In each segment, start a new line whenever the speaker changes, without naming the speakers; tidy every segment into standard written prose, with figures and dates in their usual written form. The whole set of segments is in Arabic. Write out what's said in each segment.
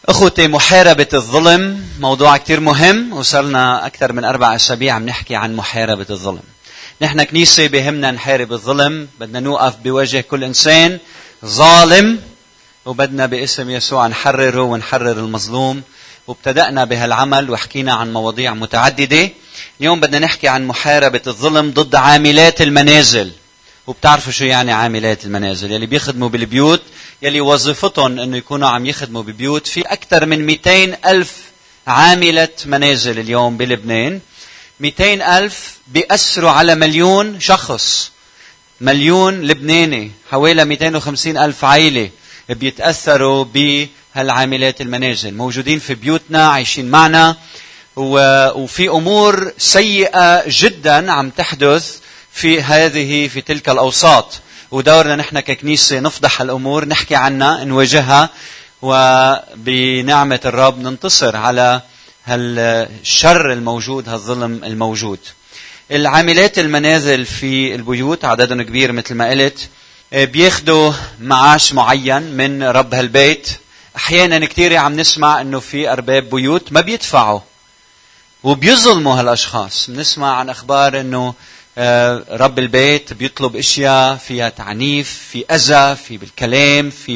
أخوتي، محاربة الظلم موضوع كتير مهم، وصلنا أكثر من 4 أسابيع عم نحكي عن محاربة الظلم. نحن كنيسة بهمنا نحارب الظلم، بدنا نوقف بوجه كل إنسان ظالم، وبدنا باسم يسوع نحرره ونحرر المظلوم. وابتدأنا بهالعمل وحكينا عن مواضيع متعددة. اليوم بدنا نحكي عن محاربة الظلم ضد عاملات المنازل. وبتعرفوا شو يعني عاملات المنازل؟ يلي بيخدموا بالبيوت، يلي وظيفتهم انه يكونوا عم يخدموا ببيوت. في اكثر من 200,000 عاملة منازل اليوم بلبنان. 200,000 بيأثروا على 1,000,000 شخص، 1,000,000 لبناني، حوالي 250,000 عائلة بيتأثروا بهالعاملات المنازل، موجودين في بيوتنا، عايشين معنا، وفي أمور سيئة جدا عم تحدث في تلك الأوساط. ودورنا نحن ككنيسة نفضح الأمور، نحكي عنها، نواجهها، وبنعمة الرب ننتصر على هالشر الموجود، هالظلم الموجود. العاملات المنازل في البيوت عددهم كبير مثل ما قلت، بياخدوا معاش معين من رب هالبيت. أحيانا كتير عم نسمع أنه في أرباب بيوت ما بيدفعوا وبيظلموا هالأشخاص. بنسمع عن أخبار أنه رب البيت بيطلب اشياء فيها تعنيف، في اذى، في بالكلام، في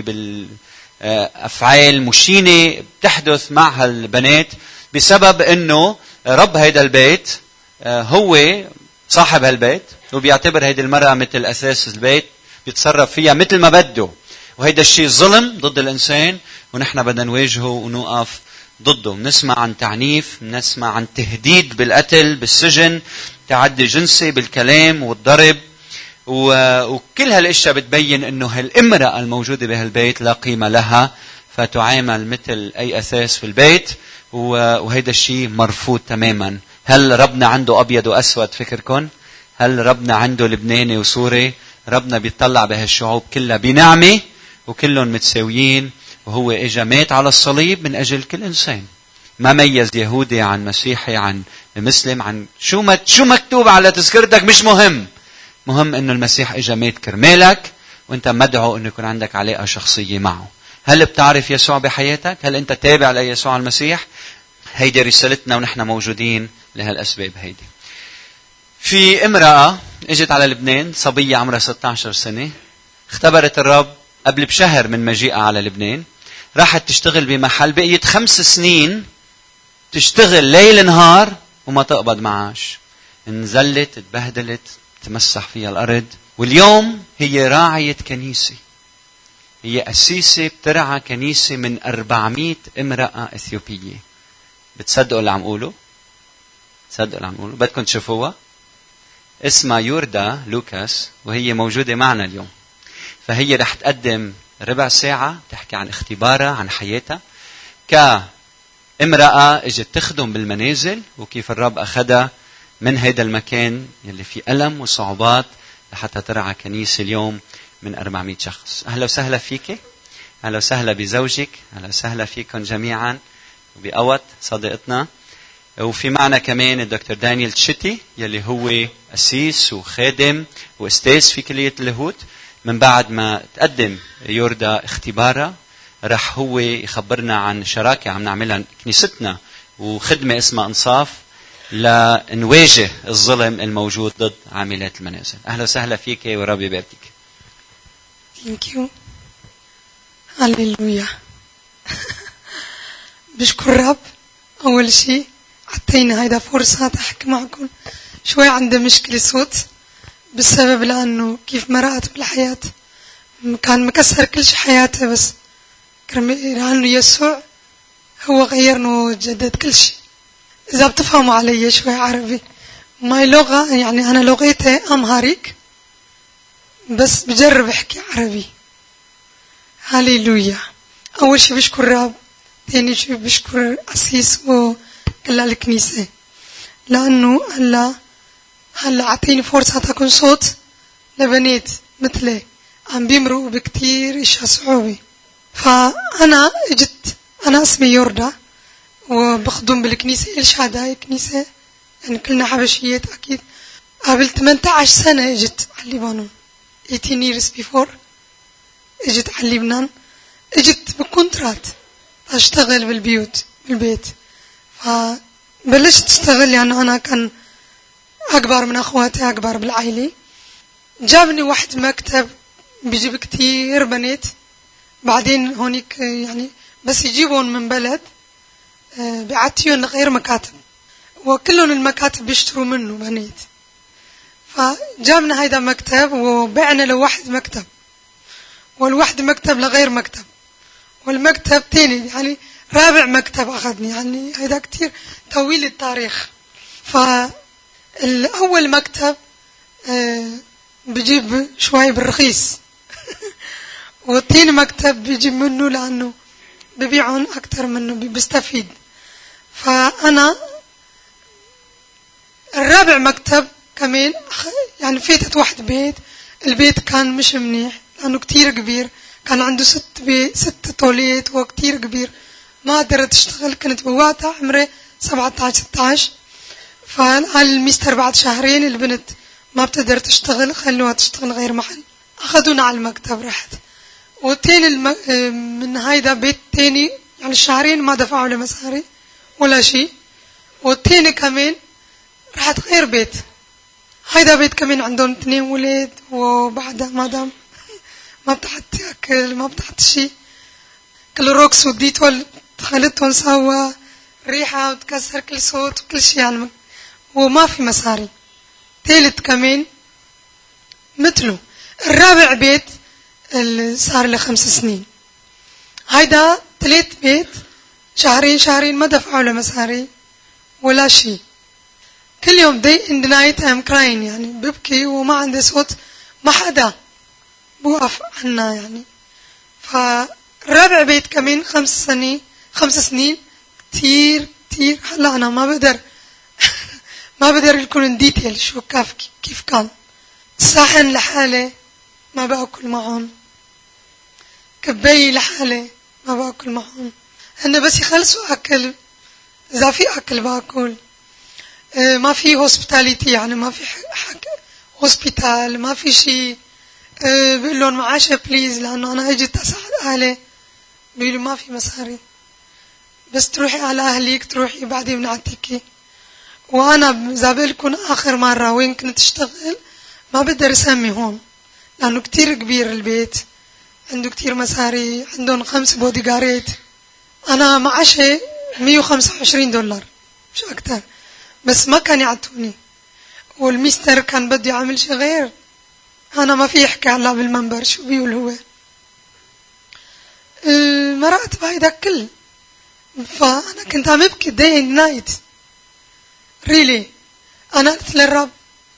بالافعال مشينه بتحدث مع هالبنات بسبب انه رب هيدا البيت هو صاحب هالبيت، وبيعتبر هيدي المرأة مثل اساس البيت، بيتصرف فيها مثل ما بده. وهيدا الشيء ظلم ضد الانسان، ونحن بدنا نواجهه ونوقف ضده. بنسمع عن تعنيف، بنسمع عن تهديد بالقتل، بالسجن، تعدي جنسي، بالكلام والضرب، وكل هالاشياء بتبين انه هالامرأة الموجودة بهالبيت لا قيمة لها، فتعامل مثل اي اساس في البيت، وهيدا الشيء مرفوض تماما. هل ربنا عنده ابيض واسود فكركن؟ هل ربنا عنده لبناني وسوري؟ ربنا بيطلع بهالشعوب كلها بنعمة، وكلهم متساويين، وهو اجا مات على الصليب من اجل كل انسان، ما ميز يهودي عن مسيحي عن مسلم عن شو مكتوب على تذكرتك، مش مهم. مهم انه المسيح اجا مات كرمالك، وانت مدعو انه يكون عندك علاقة شخصية معه. هل بتعرف يسوع بحياتك؟ هل انت تابع ليسوع المسيح؟ هيدي رسالتنا، ونحن موجودين لهالاسباب هيدي. في امرأة اجت على لبنان، صبية عمرها 16 سنة، اختبرت الرب قبل بشهر من مجيئها على لبنان. راحت تشتغل بمحل، بقيت 5 سنين تشتغل ليل نهار وما تقبض معاش. انزلت، اتبهدلت، تمسح فيها الأرض. واليوم هي راعية كنيسة، هي أسيسة بترعى كنيسة من 400 امرأة إثيوبية. بتصدقوا اللي عم قوله؟ تصدقوا اللي عم قوله؟ بدكم تشوفوها؟ اسمها يوردا لوكاس، وهي موجودة معنا اليوم. فهي رح تقدم ربع ساعة تحكي عن اختبارها، عن حياتها كامرأة اجت تخدم بالمنازل، وكيف الرب أخذها من هذا المكان يلي فيه ألم وصعوبات لحتى ترعى كنيسة اليوم من 400 شخص. أهلا وسهلا فيك، أهلا وسهلا بزوجك، أهلا وسهلا فيكم جميعا، وبقوت صديقتنا. وفي معنا كمان الدكتور دانيال تشيتي يلي هو أسيس وخادم وأستاذ في كلية اللاهوت. من بعد ما تقدم يوردا اختبارها، رح هو يخبرنا عن شراكة عم نعملها كنيستنا وخدمة اسمها انصاف لنواجه الظلم الموجود ضد عاملات المنازل. أهلا وسهلا فيك، ورب يباركك.
Thank you. هاليلويا. بشكر رب أول شيء عطينا هيدا فرصة أحكي معكم شوي. عندي مشكلة صوت بالسبب لأنه كيف مرقت بالحياة كان مكسر كل شيء حياتي، بس لأنه يسوع هو غيرنا وجدد كل شيء. إذا بتفهموا علي شوي عربي، ما لغة يعني أنا لغتي أمهاريك، بس بجرب أحكي عربي. هاليلويا. أول شيء بشكر رب، ثاني شيء بشكر أسيس وكل الكنيسة، لأنه هلا عطيني فرصة تكون صوت لبنات مثلي عم بيمروا بكتير إشياء صعوبة. فأنا أنا اسمي يوردا، وبخدم بالكنيسة الشهداء كنيسة، يعني كلنا حبشيات أكيد. قبل 18 سنة اجت على لبنان، 18 years before اجت على لبنان. اجت بكونترات أشتغل بالبيت. فبلشت أشتغل يعني أنا كان أكبر من أخواتي، أكبر بالعائلة. جابني واحد مكتب بيجيب كتير بنات، بعدين هونيك يعني بس يجيبون من بلد بيعطيون غير مكاتب، وكلهم المكاتب بيشتروا منه بنات. فجابنا هيدا مكتب وبعنا لواحد مكتب، والواحد مكتب لغير مكتب، والمكتب تاني يعني رابع مكتب أخذني. يعني هيدا كتير طويل التاريخ. فالأول مكتب بيجيب شوي بالرخيص والتاني مكتب بيجيب منه لأنه ببيعون أكتر منه بيستفيد. فأنا الرابع مكتب كمان يعني فاتت واحد بيت، البيت كان مش منيح لأنه كتير كبير، كان عنده 6 طولات وكتير كبير. ما قدرت اشتغل، كنت بوقتها عمري 17-16. فقال الميستر بعد شهرين البنت ما بتقدر تشتغل، خلوها تشتغل غير محل. أخذونا على المكتب، رحت. والتاني من هيدا بيت تاني يعني الشهرين ما دفعوا لي مصاري ولا شيء. والتاني كمان رحت غير بيت، هيدا بيت كمان عندهم 2 ولاد، وبعدها مادام ما بتحط أكل ما بتحط شيء، كل روكس وديتول خلطهم سوا، ريحة وتكسر كل صوت وكل شيء يعني، وما في مصاري. ثالث كمان مثله. الرابع بيت اللي صار له 5 سنين، هيدا 3 بيت شهرين ما دفعوا له مصاري ولا شيء. كل يوم day in the night I'm crying، يعني ببكي وما عندي صوت، ما حدا بوقف عنا يعني. فالرابع بيت كمان 5 سنين كتير. هلا أنا ما بقدر لكم ديتيل شو كيف كان. صحن لحالي ما باكل معهم، كباية لحالي ما باكل معهم، هن بس يخلصوا أكل، إذا في أكل باكل. ما في هوسبيتاليتي يعني ما في هوسبيتال، ما في شيء. بقول لهم معاشة بليز لأنه أنا اجيت أساعد أهلي، بيقولوا ما في مصاري، بس تروحي على أهليك تروحي بعدين بنعطيكي. وأنا زابلكم آخر مرة وين كنت أشتغل ما بقدر أسمي هون لأنه كتير كبير البيت، عنده كتير مصاري، عندهم 5 بوديغارات. أنا معاشي $125 مش أكتر، بس ما كان يعطوني. والميستر كان بدي يعمل شيء غير، أنا ما في يحكي هلا بالمنبر شو بيقول هو. مرقت بهيدا كل. فأنا كنت عم ببكي day and night really. أنا قلت للرب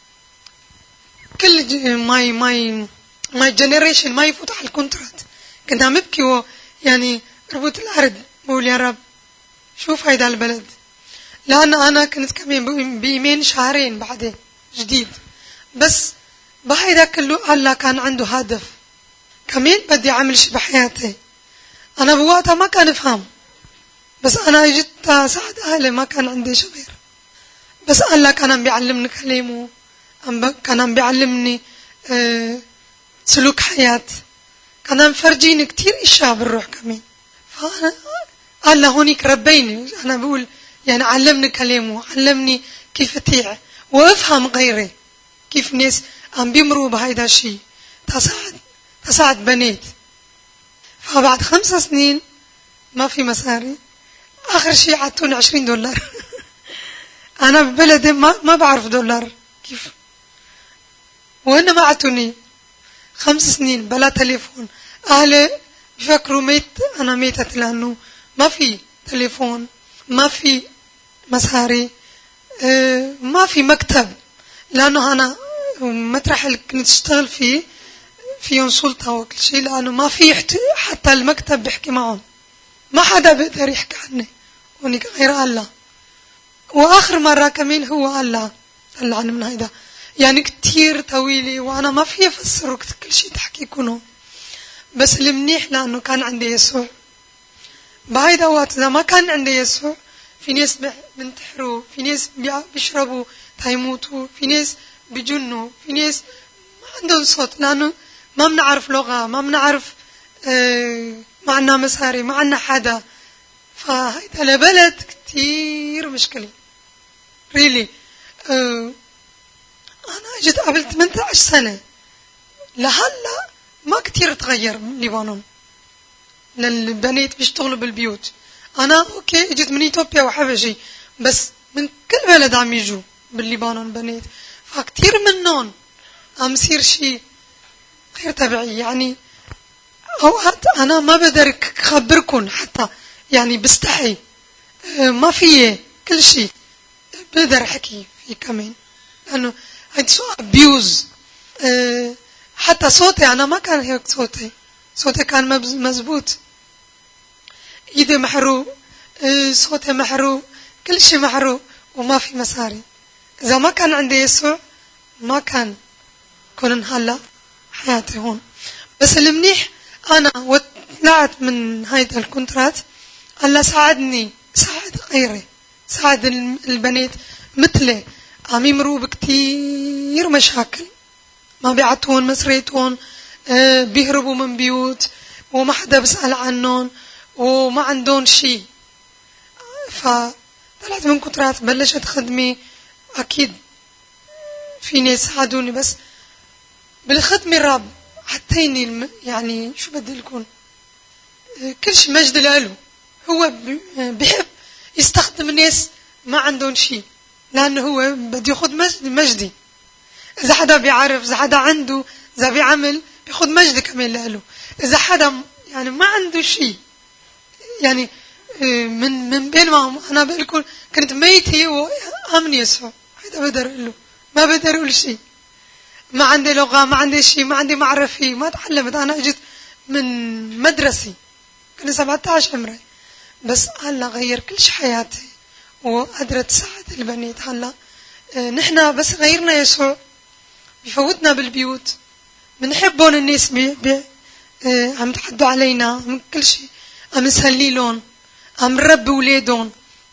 كل my generation ما يفوت على الكونترات. كنت عم ببكي يعني ربوت الأرض بقول يا رب شوف هيدا البلد، لأن أنا كنت كمان بإيمان شهرين بعدين جديد، بس بهيدا كله الله كان عنده هدف كمان بدي أعمل شي بحياتي. أنا بوقتها ما كان أفهم، بس أنا جيت أساعد أهلي، ما كان عندي شي غير. بس الله كان عم بيعلمني كلامه، كان عم بيعلمني سلوك حياة، كان عم فرجيني كتير إشياء بالروح كمان. فأنا الله هونيك ربيني، أنا بقول يعني علمني كلامه، علمني كيف أطيع وأفهم غيري، كيف ناس عم بيمروا بهيدا الشيء، تساعد بنات. فبعد 5 سنين ما في مصاري، آخر شيء عطوني $20. أنا ببلدي ما بعرف دولار كيف، وهن ما عطوني. 5 سنين بلا تليفون، أهلي بفكروا أنا ميتت لأنه ما في تليفون، ما في مصاري، ما في مكتب، لأنه أنا مطرح اللي كنت اشتغل فيهم سلطة وكل شيء، لأنه ما في حتى المكتب بيحكي معهم، ما حدا بيقدر يحكي عني ونك غير الله. وآخر مرة كمان هو الله عني من هيدا يعني كتير طويلة، وأنا ما في أفسر كل شيء تحكي كونه، بس المنيح لأنه كان عندي يسوع. بهيدا وقت إذا ما كان عندي يسوع في ناس بنتحروا، في ناس بيشربوا تيموتوا، في ناس بيجنوا، في ناس ما عندهم صوت لأنه ما بنعرف لغة، ما بنعرف، ما عنا مصاري، ما عنا حدا فهيدا لبلد كتير مشكلة ريلي. أنا جيت قبل 18 سنة لهلا ما كتير تغير لبنان للبنات بيشتغلوا بالبيوت. أنا أوكي جيت من إثيوبيا وحبشي بس من كل بلد عم يجوا باللبنان بنات فكتير منهم عم يصير شيء غير طبيعي. يعني أوقات أنا ما بقدر أخبركم حتى يعني بستحي ما في كل شيء بقدر أحكي فيه كمان لأنه هيدا سو أبيوز. حتى صوتي أنا ما كان هيك صوتي كان مزبوط إيدي محروق صوتي محروق كل شيء محروق وما في مصاري. إذا ما كان عندي يسوع ما كان كون هلا حياتي هون. بس المنيح أنا وطلعت من هيدا الكونترات الله ساعدني ساعد غيري ساعد البنات مثلي عم يمروا بكتير مشاكل ما بيعطون مصريتهم بيهربوا من بيوت وما حدا بيسأل عنهم وما عندهم شيء. فطلعت من كونترات بلشت خدمة أكيد في ناس ساعدوني بس بالخدمة الرب عطيني يعني شو بدي لكم كل شيء مجد له. هو بيحب يستخدم ناس ما عندهم شيء لأنه هو بده ياخد مجدي. إذا حدا بيعرف إذا حدا عنده إذا بيعمل بياخد مجد كمان له. إذا حدا يعني ما عنده شيء يعني من بين ما أنا بقولكم كنت ميتة وآمن يسوع هيدا بقدر أقول له ما بقدر أقول شيء. ما عندي لغة ما عندي شيء ما عندي معرفة ما تعلمت. أنا أجيت من مدرسة كنت 17 عمري بس هلا غير كل شيء حياتي وقدرت تساعد البنات. هلا نحنا بس غيرنا يسوع بفوتنا بالبيوت بنحبهم الناس عم تحدوا علينا من كل شيء عم نسلي لهم عم نربي ولادهم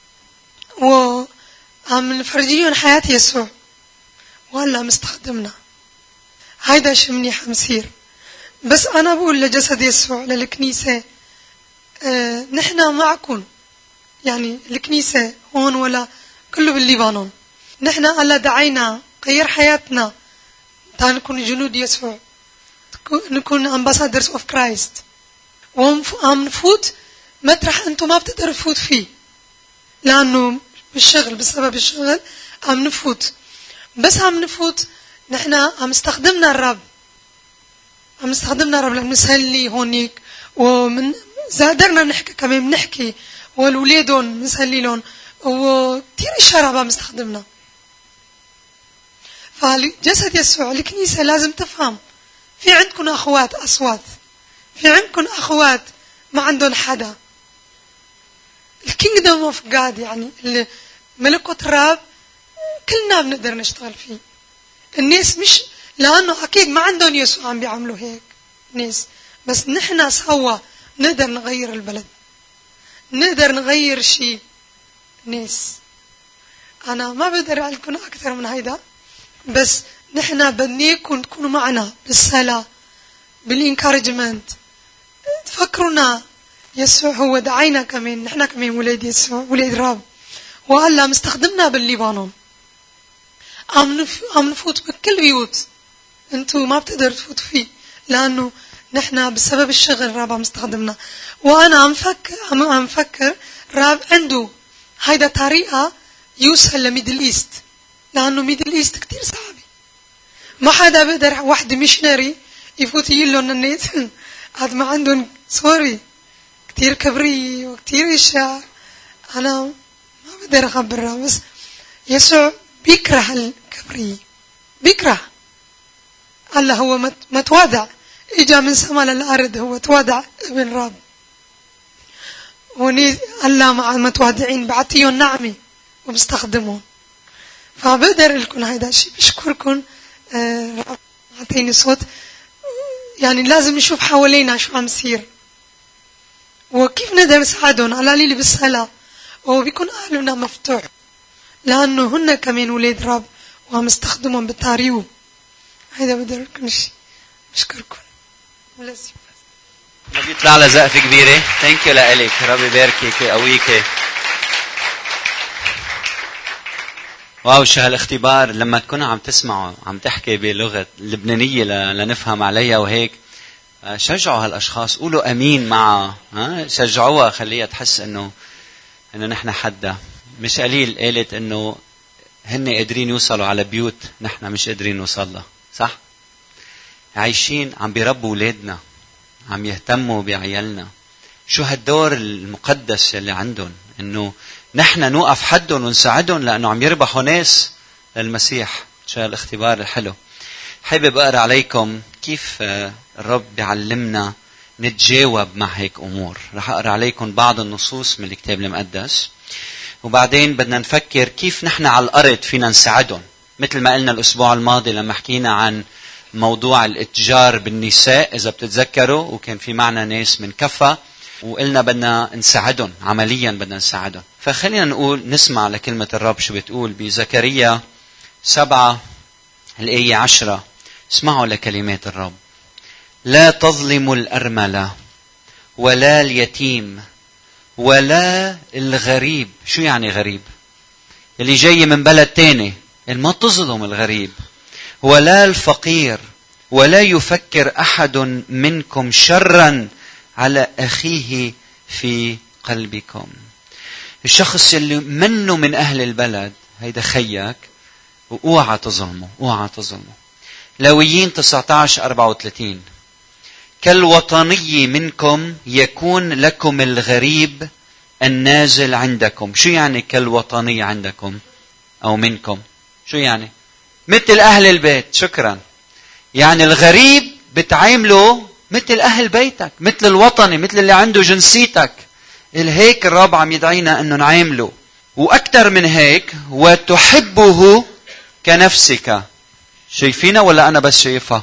وعم نفرجيهم حياة يسوع وهلا مستخدمنا. هيدا شي منيح عم يصير. بس أنا بقول لجسد يسوع للكنيسة نحنا معكم يعني الكنيسة هون ولا كله باللبنان نحنا الله دعينا غير حياتنا تا نكون جنود يسوع نكون ambassadors of Christ وعم نفوت مطرح أنتم ما بتقدروا تفوت فيه لأنه بالشغل بسبب الشغل عم نفوت بس عم نفوت نحنا عم استخدمنا الرب لأنه نسلي هونيك ومن زادرنا نحكي كمان بنحكي والولادهم نسلي لهم وكتير إشارة عم استخدمنا. فجسد يسوع الكنيسة لازم تفهم في عندكم أخوات أصوات في عندكم أخوات ما عندهم حدا. الكينجدم اوف جاد يعني ملكوت الرب كلنا بنقدر نشتغل فيه. الناس مش لأنه أكيد ما عندهم يسوع عم بيعملوا هيك ناس بس نحنا سوا نقدر نغير البلد نقدر نغير شيء ناس. أنا ما بقدر أقولكم أكثر من هيدا بس نحنا بدناكم تكونوا معنا بالصلاة بالإنكارجمنت تفكرونا يسوع هو دعينا كمان نحنا كمان ولاد يسوع ولاد الرب وهلا مستخدمنا باللبنان عم نفوت بكل بيوت انتو ما بتقدروا تفوتوا فيه لأنه نحنا بسبب الشغل الرب عم استخدمنا. وأنا عم فكر الرب عنده هيدا طريقة يوصل لميدل إيست لأنه ميدل إيست كتير صعبة ما حدا بقدر واحد ميشنري يفوت يقولون الناس هاد ما عندهم سوري كتير كبرية وكتير إشياء. أنا ما بقدر أخبرها بس يسوع بيكره الكبرية بيكره. الله هو متواضع إجا من سما للأرض هو تواضع ابن رب وني الله مع المتواضعين بعطيهم نعمة وبستخدمهم. فبقدر لكم هيدا الشيء بشكركم رب عطيني صوت يعني لازم نشوف حوالينا شو عم يصير وكيف نقدر نساعدهم على قليل بالصلاة وبيكون قلبنا مفتوح لأنه هن كمان ولاد رب وعم استخدمهم بالطريقة. هيدا بدي لكم شيء بشكركم.
ما بيطلع لها زقفة كبيرة. ثانك يو لك، ربي يباركك ويقويك. واو، شو هالاختبار لما تكونوا عم تسمعوا عم تحكي بلغة لبنانية لنفهم عليها وهيك. شجعوا هالاشخاص، قولوا امين معها، شجعوها، خليها تحس انه نحن حدا. مش قليل قالت انه هن قادرين يوصلوا على بيوت نحن مش قادرين نوصلها، صح؟ عايشين عم بيربوا اولادنا، عم يهتموا بعيالنا. شو هالدور المقدس اللي عندهم، انه نحن نوقف حدهم ونساعدهم لانه عم يربحوا ناس للمسيح. شو هالاختبار الحلو. حابب اقرا عليكم كيف الرب بيعلمنا نتجاوب مع هيك امور. رح اقرا عليكم بعض النصوص من الكتاب المقدس، وبعدين بدنا نفكر كيف نحن على الارض فينا نساعدهم. مثل ما قلنا الاسبوع الماضي لما حكينا عن موضوع الاتجار بالنساء، اذا بتتذكروا، وكان في معنا ناس من كفا، وقلنا بدنا نساعدهم عمليا، بدنا نساعدهم. فخلينا نقول نسمع لكلمة الرب شو بتقول بزكريا 7 الآية 10. اسمعوا لكلمات الرب. لا تظلموا الأرملة ولا اليتيم ولا الغريب. شو يعني غريب؟ اللي جاي من بلد تاني. ما تظلم الغريب. ولا الفقير، ولا يفكر أحد منكم شرا على أخيه في قلبكم. الشخص اللي منه من أهل البلد هيدا خيك، واوعى تظلمه، اوعى تظلمه. لاويين 19:34. كالوطني منكم يكون لكم الغريب النازل عندكم. شو يعني كالوطني عندكم أو منكم؟ شو يعني؟ مثل أهل البيت. شكرا. يعني الغريب بتعامله مثل أهل بيتك، مثل الوطني، مثل اللي عنده جنسيتك. هيك الرب عم يدعينا أنه نعامله. وأكثر من هيك، وتحبه كنفسك. شايفينها ولا أنا بس شايفها؟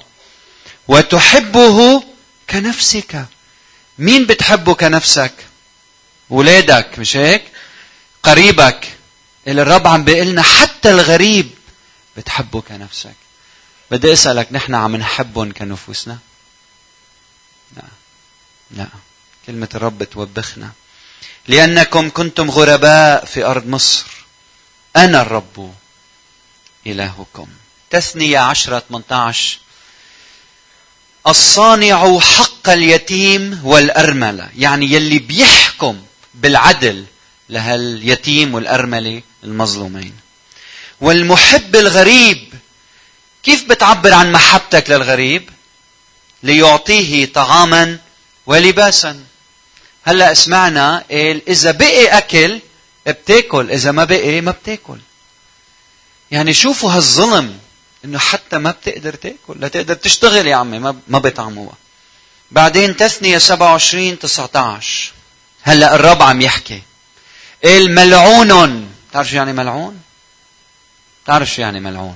وتحبه كنفسك. مين بتحبه كنفسك؟ ولادك، مش هيك؟ قريبك. اللي الرب عم بيقلنا حتى الغريب بتحبه كنفسك. بدي أسألك، نحن عم نحبهم كنفوسنا؟ لا لا. كلمة الرب توبخنا. لأنكم كنتم غرباء في أرض مصر، أنا الرب إلهكم. تثنية 10:18. الصانع حق اليتيم والأرملة، يعني يلي بيحكم بالعدل لهاليتيم والأرملة المظلومين. والمحب الغريب. كيف بتعبر عن محبتك للغريب؟ ليعطيه طعاما ولباسا. هلأ اسمعنا، إذا بقي أكل بتاكل، إذا ما بقي ما بتاكل. يعني شوفوا هالظلم، إنه حتى ما بتقدر تاكل، لا تقدر تشتغل يا عمي، ما بيطعموها. بعدين تثنية 27:19. هلأ الرب عم يحكي. ملعون. تعرف شو يعني ملعون؟ تعرف شو يعني ملعون؟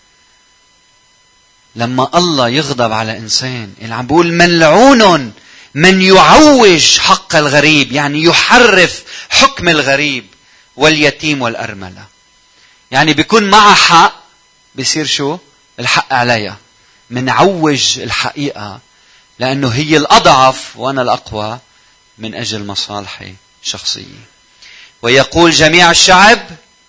لما الله يغضب على إنسان، اللي عم بيقول ملعون من يعوج حق الغريب، يعني يحرف حكم الغريب واليتيم والأرملة. يعني بيكون معها حق، بيصير شو؟ الحق عليها. منعوج الحقيقة لأنه هي الأضعف وأنا الأقوى من أجل مصالحي الشخصية. ويقول جميع الشعب،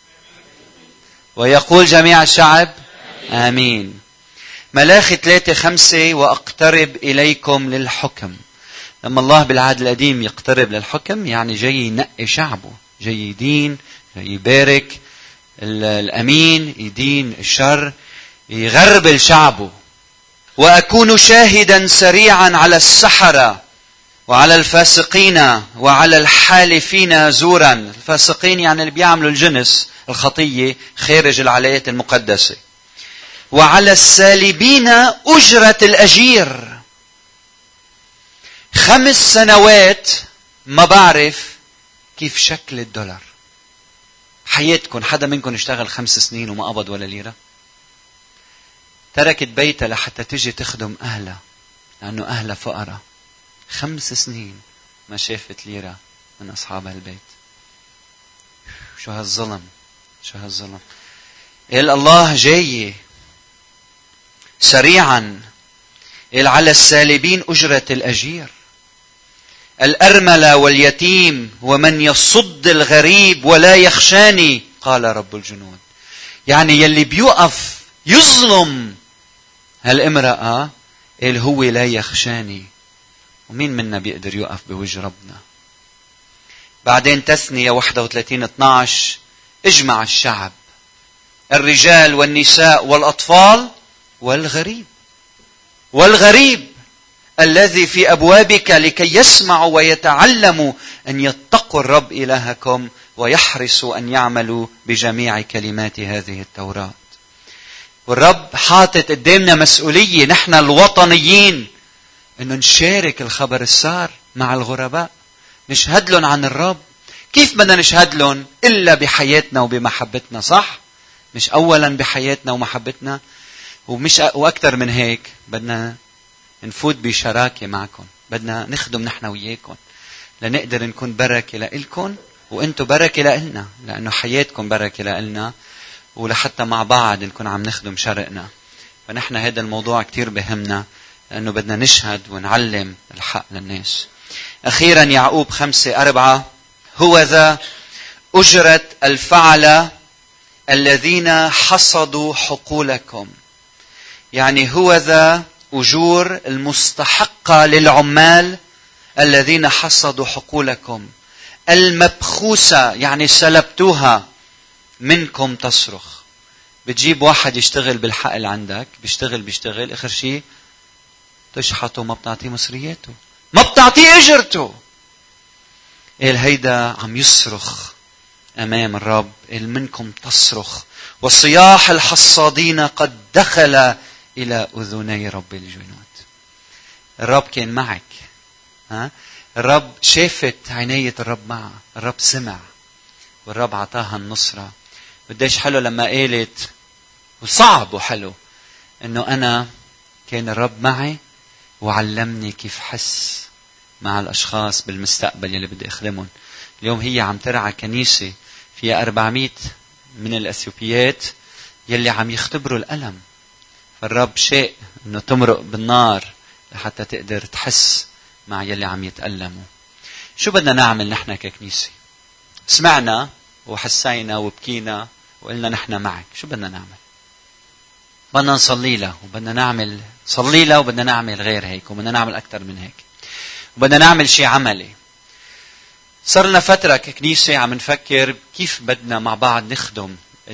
ويقول جميع الشعب آمين. ملاخي 3:5. وأقترب إليكم للحكم. لما الله بالعهد القديم يقترب للحكم، يعني جاي ينقي شعبه، جاي يدين، جاي يبارك الأمين، يدين الشر، يغربل شعبه. وأكون شاهدا سريعا على السحرة وعلى الفاسقين وعلى الحالفين زورا. الفاسقين يعني اللي بيعملوا الجنس، الخطية خارج العلايات المقدسة. وعلى السالبين أجرة الأجير. 5 سنوات ما بعرف كيف شكل الدولار. حياتكم حدا منكم اشتغل 5 سنين وما قبض ولا ليرة؟ تركت بيتها لحتى تجي تخدم أهلها، لأنه أهلها فقراء. 5 سنين ما شافت ليرة من أصحاب البيت. شو هالظلم، شو هالظلم. الله جاي سريعا. على السالبين أجرة الأجير. الأرملة واليتيم ومن يصد الغريب ولا يخشاني، قال رب الجنود. يعني يلي بيوقف يظلم هالامرأة اللي هو لا يخشاني. ومين منا بيقدر يوقف بوجه ربنا؟ بعدين تثنية 31:12 اجمع الشعب، الرجال والنساء والأطفال والغريب الذي في أبوابك لكي يسمعوا ويتعلموا أن يتقوا الرب إلهكم ويحرصوا أن يعملوا بجميع كلمات هذه التوراة. والرب حاطط قدامنا مسؤولية نحن الوطنيين أنه نشارك الخبر السار مع الغرباء، نشهد لهم عن الرب. كيف بدنا نشهد لهم إلا بحياتنا وبمحبتنا؟ صح؟ مش أولا بحياتنا ومحبتنا، وأكثر من هيك بدنا نفوت بشراكة معكم، بدنا نخدم نحن وياكم لنقدر نكون بركة لإلكم وإنتوا بركة لإلنا، لأنه حياتكم بركة لإلنا، ولحتى مع بعض نكون عم نخدم شرقنا. فنحن هذا الموضوع كتير بهمنا، لأنه بدنا نشهد ونعلم الحق للناس. أخيرا يعقوب 5:4 هو ذا أجرة الفعلة الذين حصدوا حقولكم. يعني هو ذا أجور المستحقة للعمال الذين حصدوا حقولكم المبخوسة، يعني سلبتوها منكم تصرخ. بتجيب واحد يشتغل بالحقل عندك، بيشتغل آخر شيء تشحطه، ما بتعطيه مصرياته، ما بتعطيه اجرته. هيدا عم يصرخ امام الرب، منكم تصرخ وصياح الحصادين قد دخل الى اذني رب الجنود. الرب كان معك، الرب شافت عناية الرب معه، الرب سمع والرب عطاها النصرة. قديش حلو لما قالت، وصعب وحلو، انه انا كان الرب معي وعلمني كيف حس مع الاشخاص بالمستقبل يلي بدي اخدمهم. اليوم هي عم ترعى كنيسة فيها 400 من الاثيوبيات يلي عم يختبروا الألم، فالرب شاء انه تمرق بالنار لحتى تقدر تحس مع يلي عم يتألموا. شو بدنا نعمل نحن ككنيسة؟ سمعنا وحسينا وبكينا وقلنا نحن معك. شو بدنا نعمل؟ بدنا نصلي له، وبدنا نعمل صلي له، وبدنا نعمل غير هيك، وبدنا نعمل أكتر من هيك، وبدنا نعمل شيء عملي. صار لنا فترة ككنيسة عم نفكر كيف بدنا مع بعض نخدم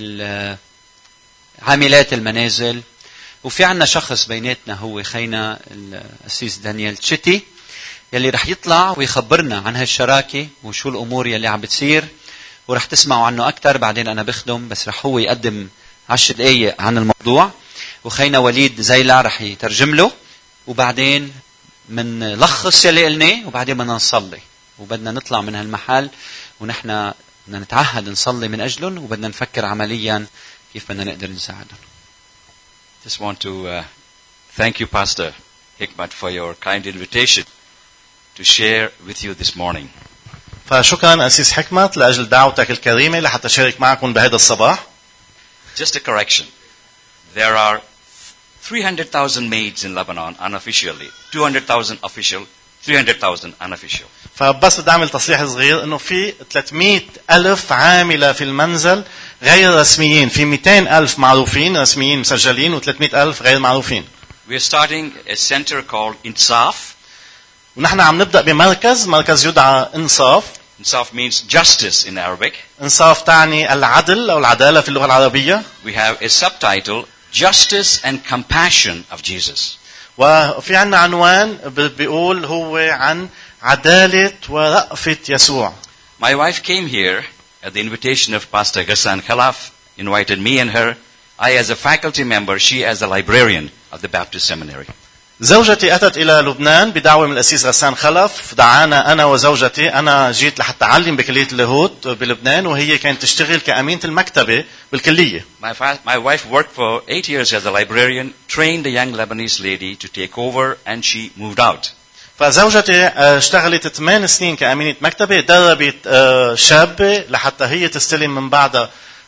عاملات المنازل. وفي عنا شخص بيناتنا هو خينا الأسيس دانيال تشيتي يلي رح يطلع ويخبرنا عن هالشراكة وشو الأمور يلي عم بتصير، ورح تسمعوا عنه أكتر. بعدين أنا بخدم، بس رح هو يقدم 10 دقايق عن الموضوع، وخينا وليد زيلا رح يترجم له، وبعدين من لخص يلي قلناه، وبعدين بدنا نصلي، وبدنا نطلع من هالمحل ونحن بدنا نتعهد نصلي من أجلهم، وبدنا نفكر عمليا كيف بدنا نقدر نساعدهم.
Just want to thank you, Pastor Hikmat, for your kind invitation to share with you this morning.
فشكرا أسيس حكمت لأجل دعوتك الكريمة لحتى شارك معكم بهذا الصباح.
Just a correction. There are 300,000 maids in Lebanon unofficially, 200,000 official, 300,000 unofficial.
فبس بدي أعمل تصريح صغير إنه في 300,000 عاملة في المنزل غير رسميين، في 200,000 معروفين رسميين مسجلين و300,000 غير معروفين.
We are starting a center called INSAF.
ونحن عم نبدأ مركز يدعى إنصاف.
INSAF means justice in Arabic.
إنصاف تعني العدل أو العدالة في اللغة العربية.
We have a subtitle, Justice and Compassion of Jesus.
وفي عنا عنوان بيقول هو عن عدالة ورأفة يسوع.
My wife came here at the invitation of Pastor Ghassan Khalaf, invited me and her, I as a faculty member, she as a librarian of the Baptist Seminary.
زوجتي أتت إلى لبنان بدعوة من الأسيس غسان خلف، دعانا أنا وزوجتي. أنا جيت لحتى أعلم بكلية اللاهوت بلبنان، وهي كانت تشتغل كأمينة المكتبة بالكلية.
My wife worked for 8 years as a librarian, trained a young Lebanese lady to take over, and she moved out.
فزوجتي اشتغلت 8 سنين كأمينة مكتبة، دربت شابة لحتى هي تستلم من بعدها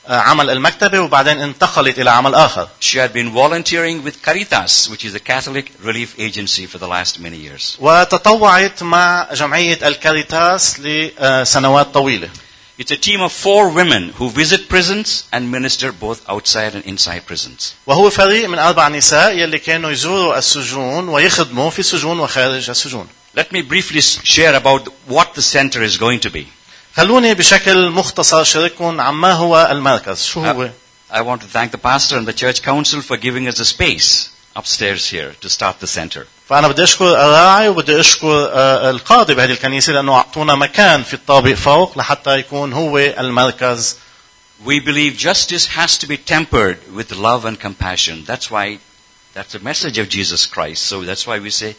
عمل المكتبة وبعدين انتقلت إلى عمل آخر.
She had been volunteering with Caritas, which is a Catholic relief agency for the last many years.
وتطوعت مع جمعية الكاريتاس لسنوات طويلة.
It's a team of 4 women who visit prisons and minister both outside and inside prisons.
وهو فريق من 4 نساء يلي كانوا يزوروا السجون ويخدموا في السجون وخارج السجون.
Let me briefly share about what the center is going to be.
خلوني بشكل مختصر شارككم عما هو المركز. شو هو؟
I want to thank the pastor and the church council for giving us a space upstairs here to start the center.
فأنا بدي أشكر الراعي وبدي أشكر القاضي بهذه الكنيسة لأنه أعطونا مكان في الطابق فوق لحتى يكون هو المركز.
We believe justice has to be tempered with love and compassion. That's the message of Jesus Christ. So that's why we say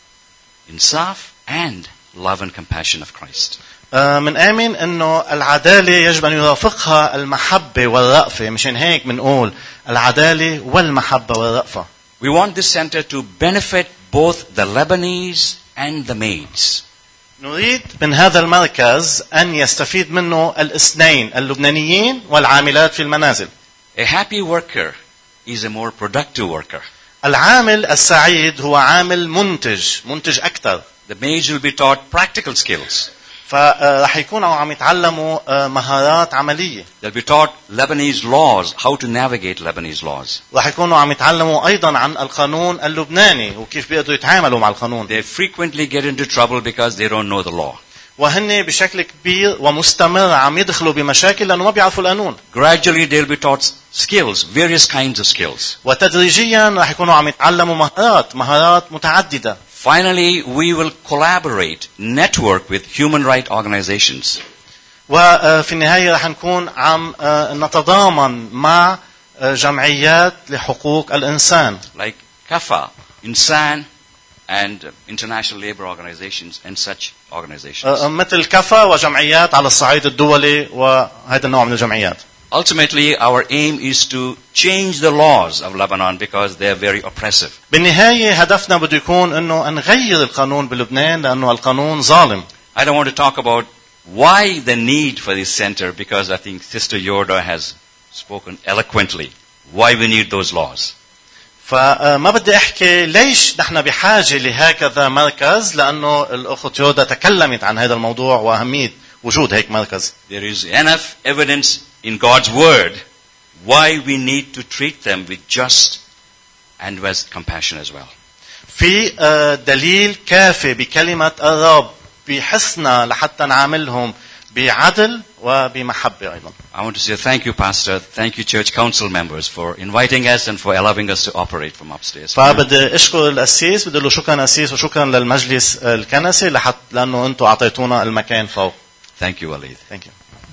insaf and love and compassion of Christ.
من آمن أنه العدالة يجب أن يرافقها المحبة والرأفة. مشان هيك بنقول العدالة والمحبة والرأفة.
We want this center to benefit both the Lebanese and the maids.
نريد من هذا المركز أن يستفيد منه الاثنين اللبنانيين والعاملات في المنازل.
A happy worker is a more productive worker.
العامل السعيد هو عامل منتج أكثر.
The maids will be taught practical skills.
فرح يكونوا عم يتعلموا مهارات عملية.
They'll be taught Lebanese laws, how to navigate Lebanese laws.
رح يكونوا عم يتعلموا أيضا عن القانون اللبناني وكيف بيقدروا يتعاملوا مع القانون.
They frequently get into trouble because they don't know the law.
وهن بشكل كبير ومستمر عم يدخلوا بمشاكل لأنه ما بيعرفوا القانون.
Gradually they'll be taught skills, various kinds of skills.
وتدريجيا رح يكونوا عم يتعلموا مهارات متعددة.
Finally, we will collaborate, network with human rights organizations.
وفي النهاية رح نكون عم نتضامن مع جمعيات لحقوق الإنسان.
Like CAFA, INSAN, and international labor organizations and such organizations.
مثل كفا وجمعيات على الصعيد الدولي وهذا النوع من الجمعيات.
Ultimately, our aim is to change the laws of Lebanon because they are very oppressive.
بالنهاية هدفنا بده يكون إنه نغير القانون بلبنان لأنه القانون ظالم.
I don't want to talk about why the need for this center because I think Sister Yorda has spoken eloquently why we need those laws.
فما بدي أحكي ليش نحن بحاجة لهكذا مركز لأنه الأخت يودا تكلمت عن هذا الموضوع وأهمية وجود هيك مركز.
There is enough evidence in God's word why we need to treat them with just and with compassion as well.
في دليل كافي بكلمة الرب بحسنا لحتى نعاملهم بعدل وبمحبة أيضا.
I want to say thank you, Pastor. Thank you, church council members, for inviting us and for allowing us to operate from upstairs.
فبدي أشكر الأسيس بدي له شكرا أسيس وشكرا للمجلس الكنسي لأنه أنتم أعطيتونا المكان فوق.
Thank you, Walid.
Thank you.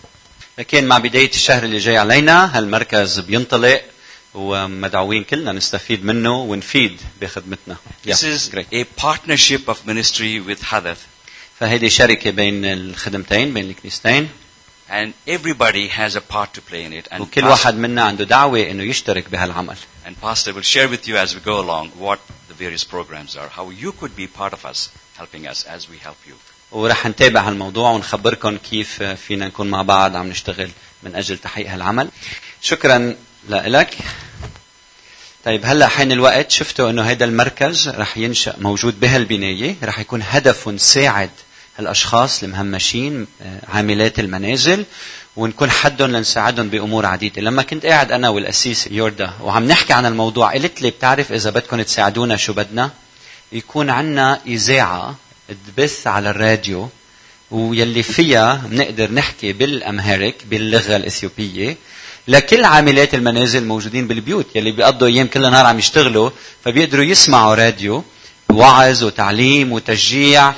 لكن مع بداية الشهر اللي جاي علينا هالمركز بينطلق ومدعوين كلنا نستفيد منه ونفيد بخدمتنا.
This is a partnership of ministry with Hadath.
فهيدي شركة بين الخدمتين بين الكنيستين.
And everybody has a part to play in it. And
وكل واحد منا عنده دعوة إنه يشترك بهالعمل.
And Pastor will share with you as we go along what the various programs are, how you could be part of us, helping us as we help you.
ورح نتابع هالموضوع ونخبركم كيف فينا نكون مع بعض عم نشتغل من أجل تحقيق هالعمل. شكرا لك. طيب هلا حين الوقت شفتوا إنه هذا المركز رح ينشأ موجود بهالبناية رح يكون هدفه نساعد هالأشخاص المهمشين عاملات المنازل ونكون حدهم لنساعدهم بأمور عديدة. لما كنت قاعد أنا والأسيس يوردا وعم نحكي عن الموضوع قلت لي بتعرف إذا بدكم تساعدونا شو بدنا يكون عنا إذاعة تبث على الراديو ويلي فيها بنقدر نحكي بالأمهريك باللغة الإثيوبية لكل عاملات المنازل موجودين بالبيوت يلي بيقضوا أيام كل نهار عم يشتغلوا فبيقدروا يسمعوا راديو وعظ وتعليم وتشجيع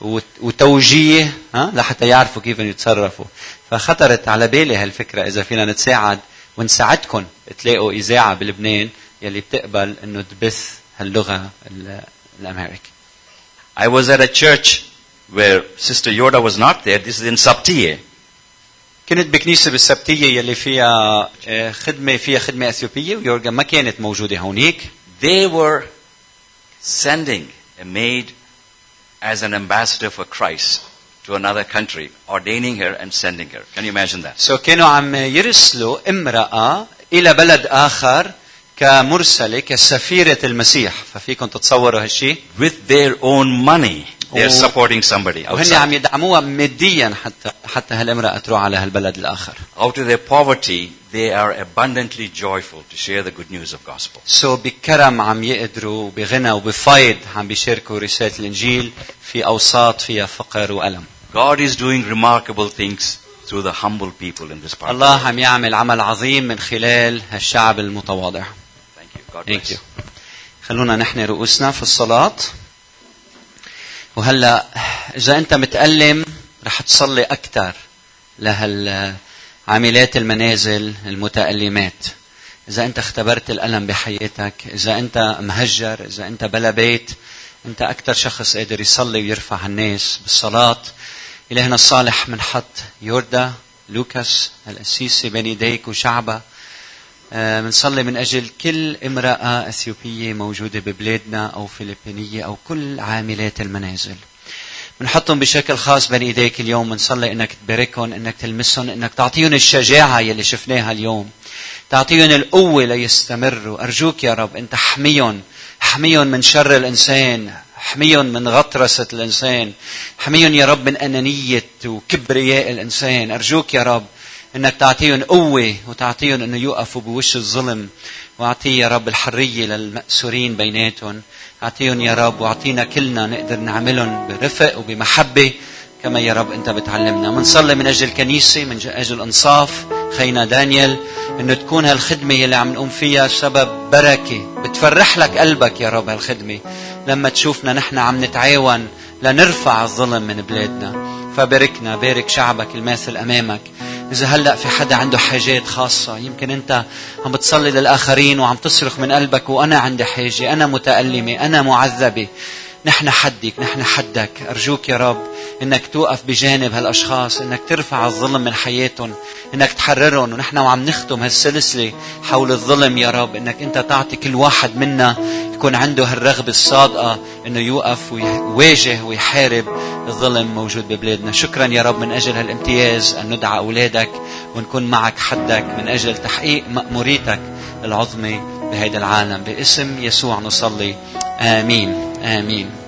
وتوجيه لحتى يعرفوا كيف يتصرفوا. فخطرت على بالي هالفكرة إذا فينا نتساعد ونساعدكم تلاقوا إذاعة بلبنان يلي بتقبل إنه تبث هاللغة الأمهريك.
I was at a church where Sister Yoda was not there. This is in Sabtiye.
كنت بكنيسة بالسبتية يلي فيها خدمة أثيوبية ويورجا ما كانت موجودة هونيك.
They were sending a maid as an ambassador for Christ to another country, ordaining her and sending her. Can you imagine that?
So كانوا عم يرسلوا امرأة إلى بلد آخر كمرسلة كسفيرة المسيح. ففيكم تتصوروا هالشيء؟
With their own money, they're supporting somebody
وهن
outside.
عم يدعموها ماديا حتى هالامرأة تروح على هالبلد الآخر.
Out of their poverty, they are abundantly joyful to share the good news of gospel.
So بكرم عم يقدروا بغنى وبفيض عم بيشاركوا رسالة الإنجيل في أوساط فيها فقر وألم.
God is doing remarkable things through the humble people in this part.
الله عم يعمل عمل عظيم من خلال هالشعب المتواضع.
Thank you. God
Thank
bless.
you. خلونا نحن رؤوسنا في الصلاة. وهلا إذا أنت متألم رح تصلي أكثر لهالعاملات المنازل المتألمات. إذا أنت اختبرت الألم بحياتك، إذا أنت مهجر، إذا أنت بلا بيت، أنت أكثر شخص قادر يصلي ويرفع الناس بالصلاة. إلهنا الصالح منحط يوردا لوكاس القسيسي بين يديك وشعبه. منصلي من أجل كل امرأة أثيوبية موجودة ببلادنا أو فلبينية أو كل عاملات المنازل. منحطهم بشكل خاص بين إيديك اليوم. منصلي إنك تباركهم، إنك تلمسهم، إنك تعطيهم الشجاعة يلي شفناها اليوم، تعطيهم القوة ليستمروا. أرجوك يا رب أنت حميهم من شر الإنسان، حميهم من غطرسة الإنسان، حميهم يا رب من أنانية وكبرياء الإنسان. أرجوك يا رب إنك تعطيهم قوة وتعطيهم إنه يوقفوا بوش الظلم، وأعطي يا رب الحرية للمأسورين بيناتهم. أعطيهم يا رب وأعطينا كلنا نقدر نعملهم برفق وبمحبة كما يا رب أنت بتعلمنا. منصلي من أجل الكنيسة، من أجل إنصاف خينا دانيال، إنه تكون هالخدمة اللي عم نقوم فيها سبب بركة بتفرح لك قلبك يا رب. هالخدمة لما تشوفنا نحن عم نتعاون لنرفع الظلم من بلادنا. فباركنا، بارك شعبك الماثل أمامك. إذا هلأ في حدا عنده حاجات خاصة، يمكن أنت عم بتصلي للآخرين وعم تصرخ من قلبك وأنا عندي حاجة، أنا متألمة، أنا معذبة، نحن حدك. أرجوك يا رب إنك توقف بجانب هالأشخاص، إنك ترفع الظلم من حياتهم، إنك تحررهم. ونحن وعم نختم هالسلسلة حول الظلم يا رب، إنك أنت تعطي كل واحد منا يكون عنده هالرغبة الصادقة إنه يوقف ويواجه ويحارب الظلم موجود ببلادنا. شكرا يا رب من أجل هالامتياز أن ندعى أولادك ونكون معك حدك من أجل تحقيق مأموريتك العظمى بهذا العالم. باسم يسوع نصلي، آمين آمين.